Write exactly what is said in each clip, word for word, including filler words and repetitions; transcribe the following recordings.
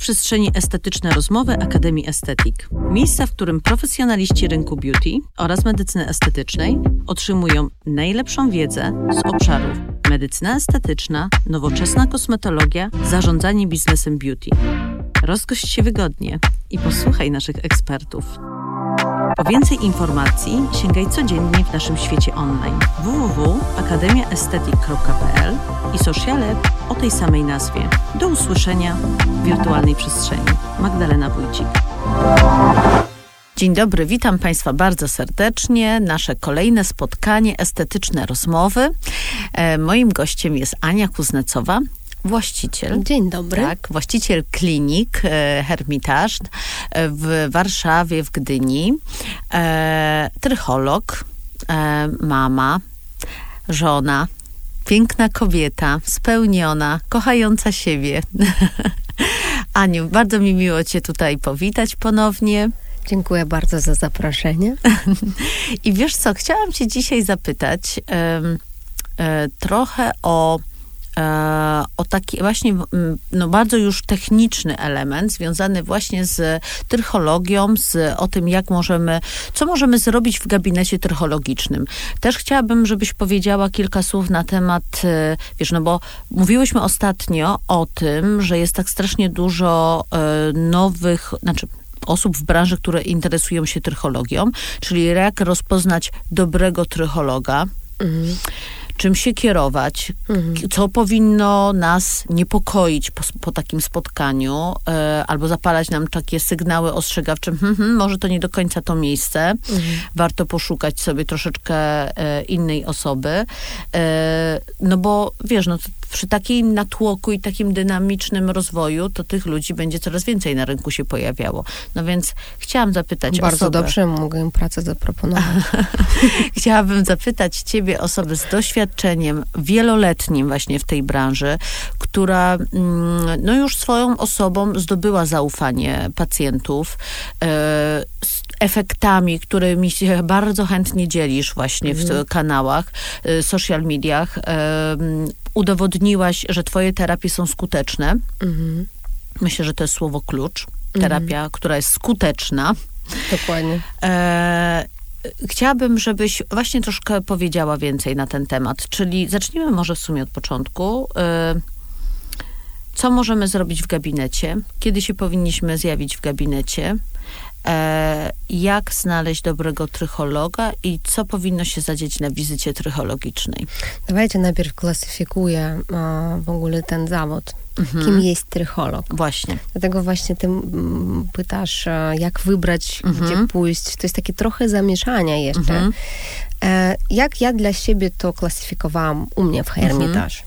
przestrzeni estetyczne rozmowy Akademii Estetik. Miejsca, w którym profesjonaliści rynku beauty oraz medycyny estetycznej otrzymują najlepszą wiedzę z obszarów medycyna estetyczna, nowoczesna kosmetologia, zarządzanie biznesem beauty. Rozgość się wygodnie i posłuchaj naszych ekspertów. Po więcej informacji sięgaj codziennie w naszym świecie online w w w kropka akademia estetyk kropka p l i sociale o tej samej nazwie. Do usłyszenia w wirtualnej przestrzeni. Magdalena Wójcik. Dzień dobry, witam Państwa bardzo serdecznie. Nasze kolejne spotkanie, estetyczne rozmowy. E, moim gościem jest Ania Kuznecowa, właściciel. Dzień dobry. Tak, właściciel klinik e, Hermitage e, w Warszawie, w Gdyni. E, trycholog, e, mama, żona, piękna kobieta, spełniona, kochająca siebie. Aniu, bardzo mi miło Cię tutaj powitać ponownie. Dziękuję bardzo za zaproszenie. I wiesz co, chciałam Cię dzisiaj zapytać e, e, trochę o o taki właśnie no bardzo już techniczny element związany właśnie z trychologią, z o tym, jak możemy, co możemy zrobić w gabinecie trychologicznym. Też chciałabym, żebyś powiedziała kilka słów na temat, wiesz, no bo mówiłyśmy ostatnio o tym, że jest tak strasznie dużo nowych, znaczy osób w branży, które interesują się trychologią, czyli jak rozpoznać dobrego trychologa, mhm. czym się kierować, mhm. co powinno nas niepokoić po, po takim spotkaniu, e, albo zapalać nam takie sygnały ostrzegawcze, hm, hm, może to nie do końca to miejsce, mhm. warto poszukać sobie troszeczkę e, innej osoby, e, no bo wiesz, no przy takim natłoku i takim dynamicznym rozwoju, to tych ludzi będzie coraz więcej na rynku się pojawiało. No więc chciałam zapytać Bardzo osobę... dobrze, mogę im pracę zaproponować. Chciałabym zapytać ciebie, osobę z doświadczeniem, wieloletnim właśnie w tej branży, która no już swoją osobą zdobyła zaufanie pacjentów, e, z efektami, którymi się bardzo chętnie dzielisz właśnie mhm. w kanałach, e, social mediach. E, udowodniłaś, że twoje terapie są skuteczne. Mhm. Myślę, że to jest słowo klucz. Terapia, mhm. która jest skuteczna. Dokładnie. E, Chciałabym, żebyś właśnie troszkę powiedziała więcej na ten temat, czyli zacznijmy może w sumie od początku. Co możemy zrobić w gabinecie? Kiedy się powinniśmy zjawić w gabinecie? Jak znaleźć dobrego trychologa i co powinno się zadzieć na wizycie trychologicznej? Давайте najpierw klasyfikuję w ogóle ten zawód. Mhm. Kim jest trycholog? Właśnie. Dlatego właśnie ty pytasz, jak wybrać, mhm. gdzie pójść. To jest takie trochę zamieszania jeszcze. Mhm. Jak ja dla siebie to klasyfikowałam u mnie w Hermitage. Mhm.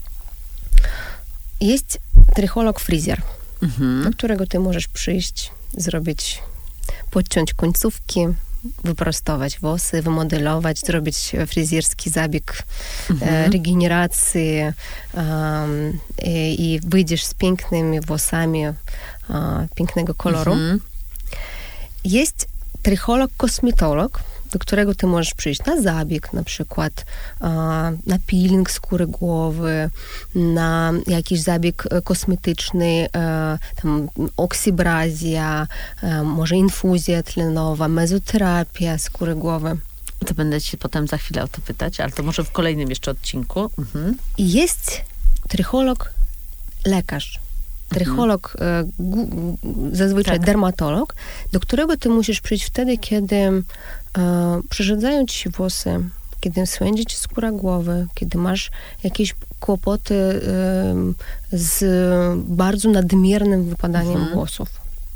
Jest trycholog fryzjer, mhm. do którego ty możesz przyjść, zrobić, podciąć końcówki, wyprostować włosy, wymodelować, zrobić fryzjerski zabieg mhm. e, regeneracji um, i, i wyjdziesz z pięknymi włosami e, pięknego koloru. Mhm. Jest trycholog kosmetolog, do którego ty możesz przyjść na zabieg, na przykład e, na peeling skóry głowy, na jakiś zabieg kosmetyczny, e, tam oksybrazja, e, może infuzja tlenowa, mezoterapia skóry głowy. To będę ci potem za chwilę o to pytać, ale to może w kolejnym jeszcze odcinku. Mhm. I jest trycholog lekarz. Trycholog, mhm. gu, zazwyczaj tak. dermatolog, do którego ty musisz przyjść wtedy, kiedy e, przyrządzają ci się włosy, kiedy swędzi ci skóra głowy, kiedy masz jakieś kłopoty e, z bardzo nadmiernym wypadaniem mhm. włosów.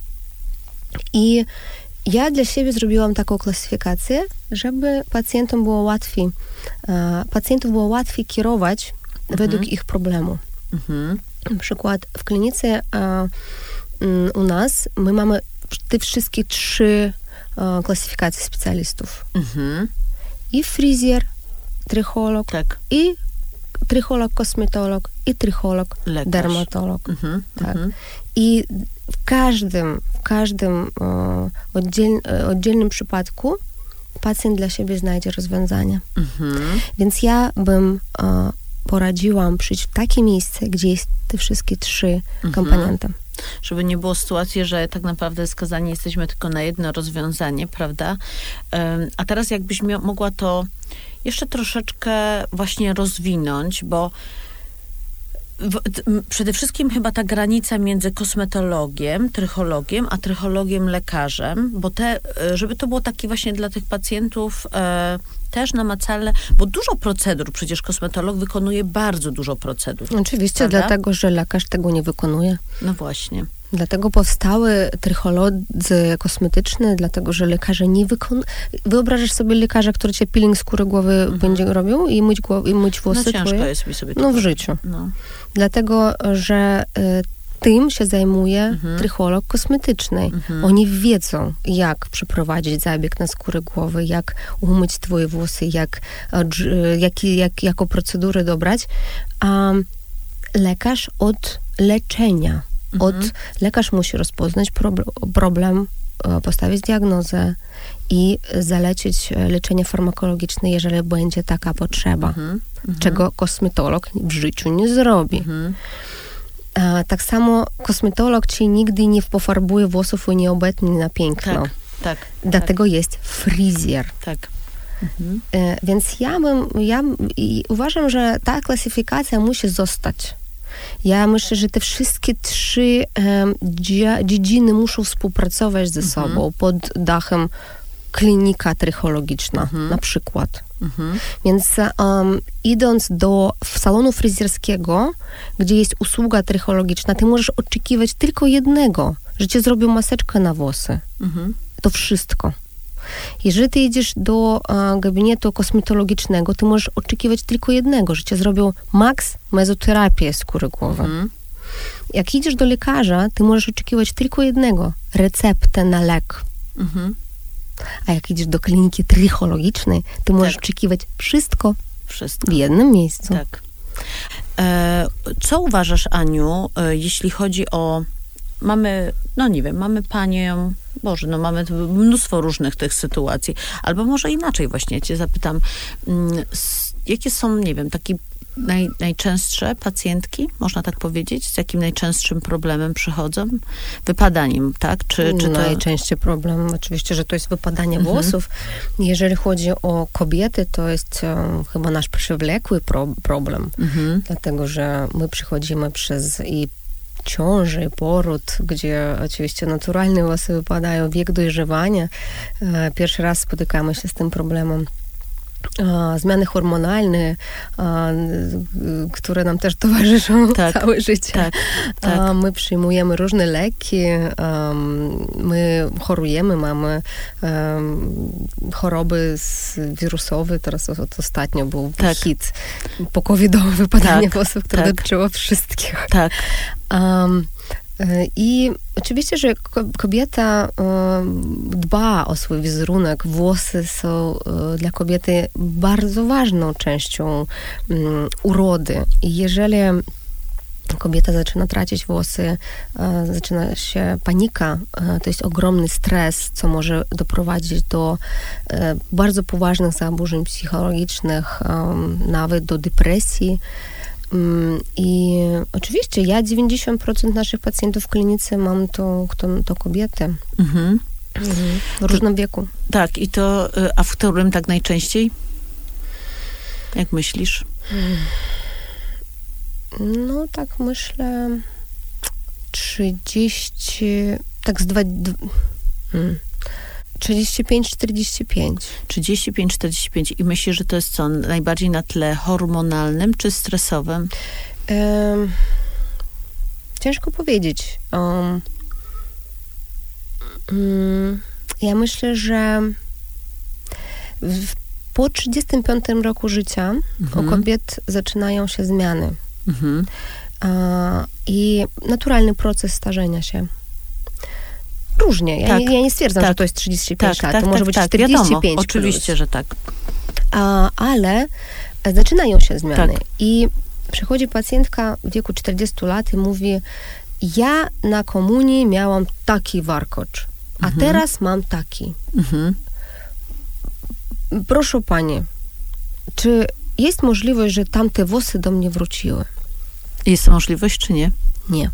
I ja dla siebie zrobiłam taką klasyfikację, żeby pacjentom było łatwiej, e, pacjentów było łatwiej kierować mhm. według ich problemu. Mhm. Na przykład w klinice a, m, u nas my mamy te wszystkie trzy a, klasyfikacje specjalistów. Mhm. I fryzjer, trycholog, tak. i trycholog kosmetolog, i trycholog lekarz. Dermatolog. Mhm. Tak. Mhm. I w każdym, w każdym a, oddziel, oddzielnym przypadku pacjent dla siebie znajdzie rozwiązanie. Mhm. Więc ja bym a, poradziłam przyjść w takie miejsce, gdzie jest te wszystkie trzy mhm. komponenty. Żeby nie było sytuacji, że tak naprawdę skazani jesteśmy tylko na jedno rozwiązanie, prawda? A teraz jakbyś mia- mogła to jeszcze troszeczkę właśnie rozwinąć, bo w, t, przede wszystkim chyba ta granica między kosmetologiem, trychologiem, a trychologiem lekarzem, bo te, żeby to było takie właśnie dla tych pacjentów e, też namacalne, bo dużo procedur, przecież kosmetolog wykonuje bardzo dużo procedur. Oczywiście, prawda? dlatego, że lekarz tego nie wykonuje. No właśnie. Dlatego powstały trycholodzy kosmetyczne, dlatego, że lekarze nie wykonują... Wyobrażasz sobie lekarza, który cię peeling skóry głowy mhm. będzie robił i myć, głowy, i myć włosy no ciężko twoje? jest mi sobie to No w życiu. No. Dlatego, że y, tym się zajmuje mhm. trycholog kosmetyczny. Mhm. Oni wiedzą, jak przeprowadzić zabieg na skórę głowy, jak umyć twoje włosy, jak, y, jak, jak, jaką procedurę dobrać. A lekarz od leczenia. Od, mhm. Lekarz musi rozpoznać prob- problem, postawić diagnozę i zalecić leczenie farmakologiczne, jeżeli będzie taka potrzeba, mhm. czego kosmetolog w życiu nie zrobi. Mhm. A, tak samo kosmetolog ci nigdy nie pofarbuje włosów i nie obetnie na piękno. Tak, tak. Dlatego tak. jest fryzjer. Tak. Mhm. E, więc ja bym, ja i uważam, że ta klasyfikacja musi zostać. Ja myślę, że te wszystkie trzy um, dzia- dziedziny muszą współpracować ze sobą mhm. pod dachem klinika trychologiczna, mhm. na przykład. Mhm. Więc um, idąc do salonu fryzjerskiego, gdzie jest usługa trychologiczna, ty możesz oczekiwać tylko jednego, że ci zrobią maseczkę na włosy. Mhm. To wszystko. Jeżeli ty idziesz do uh, gabinetu kosmetologicznego, ty możesz oczekiwać tylko jednego, że cię zrobią maks mezoterapię skóry głowy. Mhm. Jak idziesz do lekarza, ty możesz oczekiwać tylko jednego, receptę na lek. Mhm. A jak idziesz do kliniki trychologicznej, ty możesz tak. oczekiwać wszystko, wszystko w jednym miejscu. Tak. E, co uważasz, Aniu, e, jeśli chodzi o mamy, no nie wiem, mamy panią, Boże, no mamy mnóstwo różnych tych sytuacji, albo może inaczej właśnie cię zapytam, s, jakie są, nie wiem, takie naj, najczęstsze pacjentki, można tak powiedzieć, z jakim najczęstszym problemem przychodzą? Wypadaniem, tak? Czy, czy to... Najczęściej problem, oczywiście, że to jest wypadanie mhm. włosów. Jeżeli chodzi o kobiety, to jest um, chyba nasz przewlekły pro, problem, mhm. dlatego, że my przychodzimy przez i ciąży, poród, gdzie oczywiście naturalne włosy wypadają, wiek dojrzewania. Pierwszy raz spotykamy się z tym problemem. Zmiany hormonalne, które nam też towarzyszą tak, całe życie. Tak, tak. My przyjmujemy różne leki, my chorujemy, mamy choroby wirusowe. Teraz ostatnio był tak. hit pokowidowy, wypadanie tak, włosów, które tak. dotyczyło wszystkich. Tak. Um, I oczywiście, że kobieta dba o swój wizerunek. Włosy są dla kobiety bardzo ważną częścią urody. I jeżeli kobieta zaczyna tracić włosy, zaczyna się panika, to jest ogromny stres, co może doprowadzić do bardzo poważnych zaburzeń psychologicznych, nawet do depresji. I oczywiście ja dziewięćdziesiąt procent naszych pacjentów w klinice mam to, to, to kobiety. Mhm. Mhm. W różnym wieku. Tak, i to, a w którym tak najczęściej? Jak myślisz? No tak myślę trzydzieści, tak z dwa... Hmm. trzydzieści pięć czterdzieści pięć. trzydzieści pięć czterdzieści pięć. I myślisz, że to jest co? Najbardziej na tle hormonalnym czy stresowym? Um, ciężko powiedzieć. Um, um, ja myślę, że w, po trzydziestym piątym roku życia mhm. u kobiet zaczynają się zmiany. Mhm. Uh, I naturalny proces starzenia się. Różnie. Ja, tak, nie, ja nie stwierdzam, tak, że to jest trzydzieści pięć tak, lat. Tak, to może tak, być tak, czterdzieści pięć wiadomo, oczywiście, że tak. A, ale zaczynają się zmiany. Tak. I przychodzi pacjentka w wieku czterdziestu lat i mówi, ja na komunii miałam taki warkocz, a mhm. teraz mam taki. Mhm. Proszę pani, czy jest możliwość, że tamte włosy do mnie wróciły. Jest to możliwość, czy nie? Nie.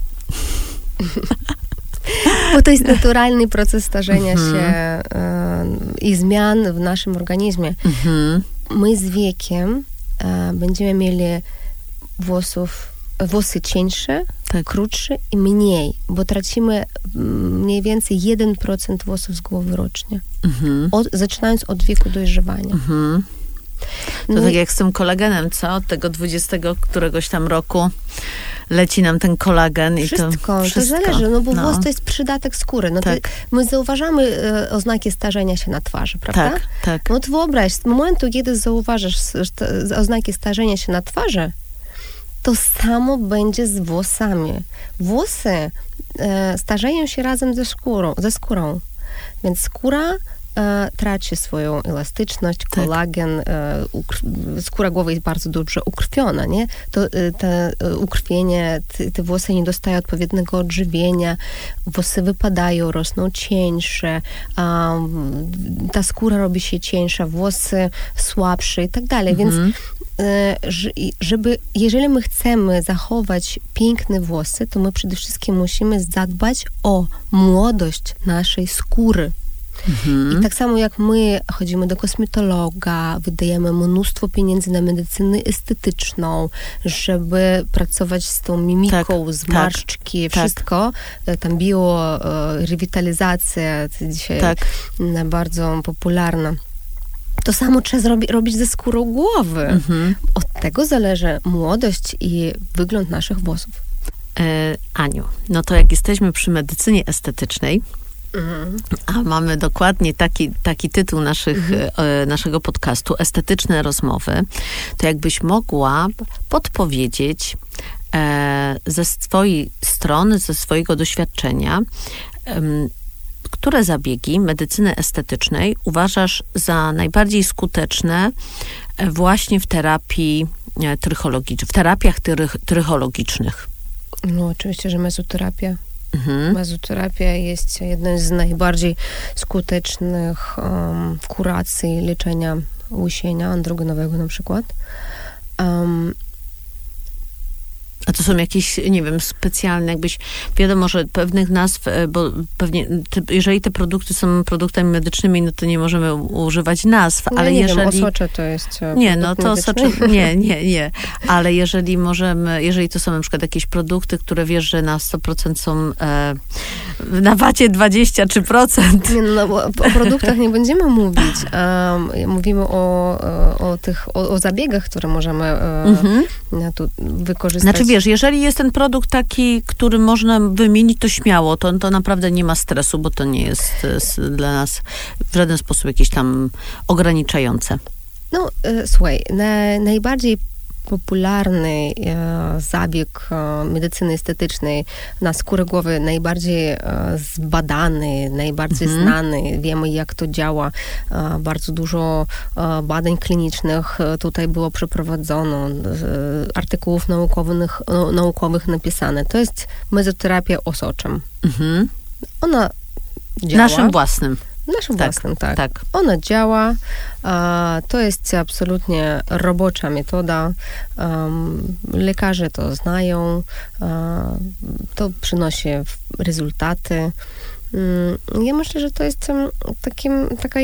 Bo to jest naturalny proces starzenia mhm. się y, i zmian w naszym organizmie. Mhm. My z wiekiem y, będziemy mieli włosów, włosy cieńsze, tak. krótsze i mniej, bo tracimy mniej więcej jeden procent włosów z głowy rocznie. Mhm. Od, zaczynając od wieku dojrzewania. Mhm. To no tak i... jak z tym kolagenem, co? Od tego dwudziestego któregoś tam roku leci nam ten kolagen. Wszystko, i to wszystko. To zależy, no bo no. włos to jest przydatek skóry. No tak. to my zauważamy e, oznaki starzenia się na twarzy, prawda? Tak, tak. No to wyobraź, z momentu, kiedy zauważasz oznaki starzenia się na twarzy, to samo będzie z włosami. Włosy e, starzeją się razem ze skórą, ze skórą. Więc skóra e, traci swoją elastyczność, tak. kolagen, e, ukr- skóra głowy jest bardzo dobrze ukrwiona, nie? To e, te ukrwienie, te, te włosy nie dostają odpowiedniego odżywienia, włosy wypadają, rosną cieńsze, a, ta skóra robi się cieńsza, włosy słabsze i tak dalej, mhm. więc żeby, jeżeli my chcemy zachować piękne włosy, to my przede wszystkim musimy zadbać o młodość naszej skóry. Mhm. I tak samo jak my chodzimy do kosmetologa, wydajemy mnóstwo pieniędzy na medycynę estetyczną, żeby pracować z tą mimiką, tak, zmarszczki, tak, wszystko, tak. tam bio, rewitalizacja, dzisiaj tak. bardzo popularna. To samo trzeba zrobi, robić ze skórą głowy. Mhm. Od tego zależy młodość i wygląd naszych włosów. E, Aniu, no to jak jesteśmy przy medycynie estetycznej, mhm. a mamy dokładnie taki, taki tytuł naszych, mhm. e, naszego podcastu, Estetyczne rozmowy, to jakbyś mogła podpowiedzieć e, ze swojej strony, ze swojego doświadczenia, e, które zabiegi medycyny estetycznej uważasz za najbardziej skuteczne właśnie w terapii trychologicznej, w terapiach trych, trychologicznych? No oczywiście, że mezoterapia. Mhm. Mezoterapia jest jedną z najbardziej skutecznych um, kuracji leczenia łysienia androgenowego na przykład. Um, A to są jakieś, nie wiem, specjalne, jakbyś, wiadomo, że pewnych nazw, bo pewnie, te, jeżeli te produkty są produktami medycznymi, no to nie możemy używać nazw, no, ale nie jeżeli... wiem, osocze to jest Nie, no to osocze, nie, nie, nie, ale jeżeli możemy, jeżeli to są na przykład jakieś produkty, które wiesz, że na sto procent są e, na wacie dwadzieścia trzy procent. Nie, no, bo o produktach nie będziemy mówić. Um, mówimy o, o tych, o, o zabiegach, które możemy e, mhm. tu wykorzystać. Znaczy wiesz, jeżeli jest ten produkt taki, który można wymienić, to śmiało, to, to naprawdę nie ma stresu, bo to nie jest dla nas w żaden sposób jakieś tam ograniczające. No, e, słuchaj, na, najbardziej popularny e, zabieg e, medycyny estetycznej na skórę głowy, najbardziej e, zbadany, najbardziej mhm. znany. Wiemy, jak to działa. E, bardzo dużo e, badań klinicznych e, tutaj było przeprowadzono, e, artykułów naukowych, no, naukowych napisane. To jest mezoterapia osoczem. Mhm. Ona działa. Naszym własnym. Naszym tak, własnym, tak. tak. Ona działa. A, to jest absolutnie robocza metoda. Um, lekarze to znają. A, to przynosi rezultaty. Um, ja myślę, że to jest um, takim, taka,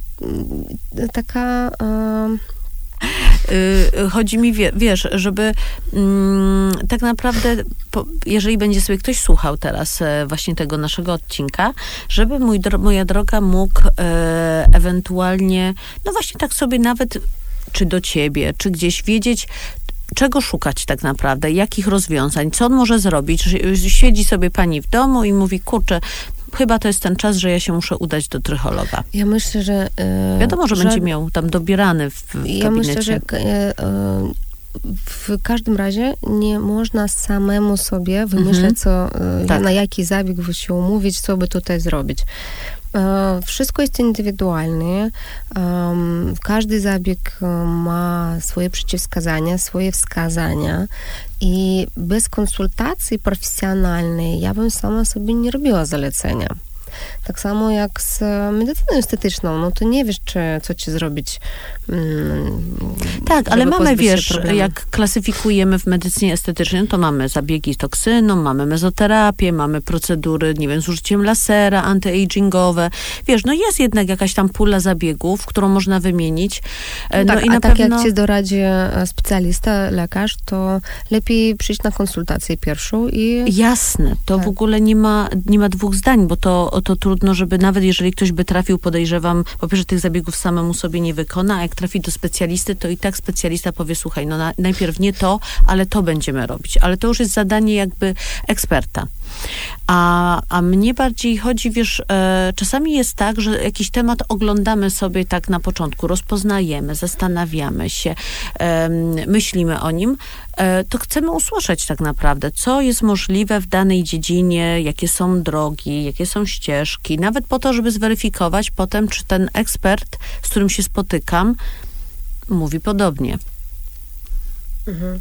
taka um, Chodzi mi, wiesz, żeby mm, tak naprawdę, po, jeżeli będzie sobie ktoś słuchał teraz e, właśnie tego naszego odcinka, żeby mój, moja droga mógł e, ewentualnie, no właśnie tak sobie nawet, czy do ciebie, czy gdzieś wiedzieć, czego szukać tak naprawdę, jakich rozwiązań, co on może zrobić. Siedzi sobie pani w domu i mówi, kurczę, chyba to jest ten czas, że ja się muszę udać do trychologa. Ja myślę, że... Yy, Wiadomo, że, że będzie miał tam dobierany w, w ja gabinecie. myślę, że yy, w każdym razie nie można samemu sobie wymyśleć, co, yy, tak. na jaki zabieg się umówić, co by tutaj zrobić. Wszystko jest indywidualne. Każdy zabieg ma swoje przeciwwskazania, swoje wskazania i bez konsultacji profesjonalnej ja bym sama sobie nie robiła zalecenia. Tak samo jak z medycyną estetyczną. No to nie wiesz, czy, co ci zrobić. Mm, tak, ale mamy, wiesz, problemu. jak klasyfikujemy w medycynie estetycznej, to mamy zabiegi z toksyną, mamy mezoterapię, mamy procedury, nie wiem, z użyciem lasera, anti-agingowe. Wiesz, no jest jednak jakaś tam pula zabiegów, którą można wymienić. No, no tak, i na a tak pewno... jak ci doradzi specjalista, lekarz, to lepiej przyjść na konsultację pierwszą i... Jasne, to tak. w ogóle nie ma, nie ma dwóch zdań, bo to, to trudno, żeby nawet jeżeli ktoś by trafił, podejrzewam, po pierwsze tych zabiegów samemu sobie nie wykona, a jak trafi do specjalisty, to i tak specjalista powie, słuchaj, no na, najpierw nie to, ale to będziemy robić. Ale to już jest zadanie jakby eksperta. A, a mnie bardziej chodzi, wiesz, e, czasami jest tak, że jakiś temat oglądamy sobie tak na początku, rozpoznajemy, zastanawiamy się, e, myślimy o nim, e, to chcemy usłyszeć tak naprawdę, co jest możliwe w danej dziedzinie, jakie są drogi, jakie są ścieżki, nawet po to, żeby zweryfikować potem, czy ten ekspert, z którym się spotykam, mówi podobnie. Mhm.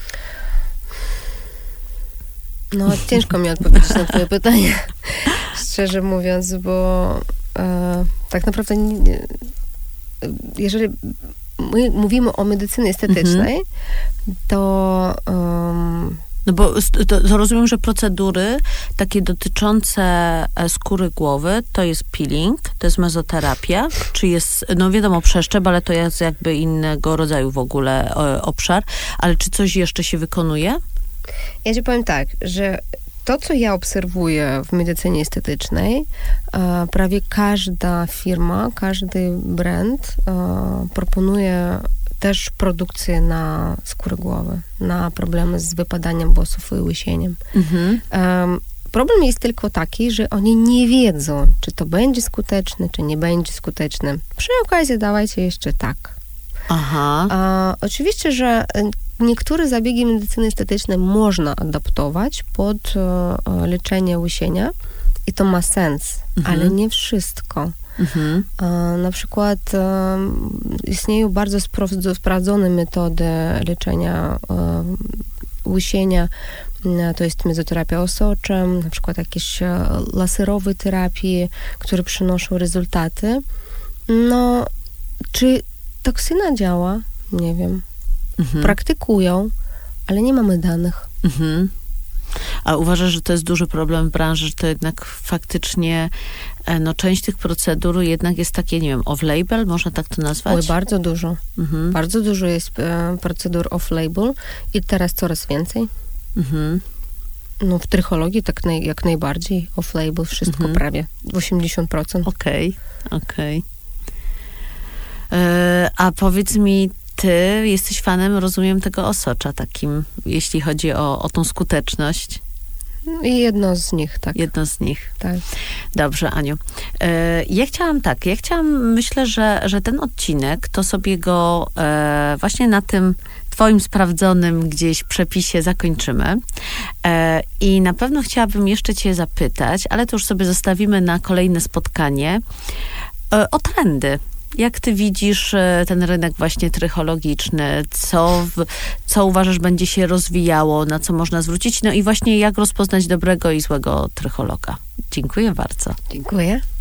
No, ciężko mi odpowiedzieć na twoje pytanie, szczerze mówiąc, bo e, tak naprawdę nie, jeżeli my mówimy o medycynie estetycznej, mm-hmm. to... Um, no bo to, to rozumiem, że procedury takie dotyczące skóry głowy, to jest peeling, to jest mezoterapia, czy jest, no wiadomo, przeszczep, ale to jest jakby innego rodzaju w ogóle o, obszar, ale czy coś jeszcze się wykonuje? Ja ci powiem tak, że to, co ja obserwuję w medycynie estetycznej, e, prawie każda firma, każdy brand e, proponuje też produkcję na skórę głowy, na problemy z wypadaniem włosów i łysieniem. Mhm. E, problem jest tylko taki, że oni nie wiedzą, czy to będzie skuteczne, czy nie będzie skuteczne. Przy okazji dawajcie jeszcze tak. Aha. E, oczywiście, że niektóre zabiegi medycyny estetycznej można adaptować pod e, leczenie łysienia i to ma sens, mhm. ale nie wszystko. Mhm. E, na przykład e, istnieją bardzo spro- sprawdzone metody leczenia e, łysienia, e, to jest mezoterapia osoczem, na przykład jakieś e, laserowe terapie, które przynoszą rezultaty. No, czy toksyna działa? Nie wiem. Mhm. Praktykują, ale nie mamy danych. Mhm. A uważasz, że to jest duży problem w branży, że to jednak faktycznie no, część tych procedur jednak jest takie, nie wiem, off-label, można tak to nazwać? Oj, bardzo dużo. Mhm. Bardzo dużo jest e, procedur off-label i teraz coraz więcej. Mhm. No w trychologii tak naj, jak najbardziej off-label, wszystko mhm. prawie, osiemdziesiąt procent. Okej, okay, okej. Okay. E, a powiedz mi, ty jesteś fanem, rozumiem, tego osocza takim, jeśli chodzi o, o tą skuteczność. I jedno z nich, tak. Jedno z nich. Tak. Dobrze, Aniu. E, ja chciałam tak, ja chciałam, myślę, że, że ten odcinek, to sobie go e, właśnie na tym twoim sprawdzonym gdzieś przepisie zakończymy. E, I na pewno chciałabym jeszcze cię zapytać, ale to już sobie zostawimy na kolejne spotkanie, e, o trendy. Jak ty widzisz ten rynek właśnie trychologiczny? Co, w, co uważasz będzie się rozwijało? Na co można zwrócić? No i właśnie jak rozpoznać dobrego i złego trychologa? Dziękuję bardzo. Dziękuję.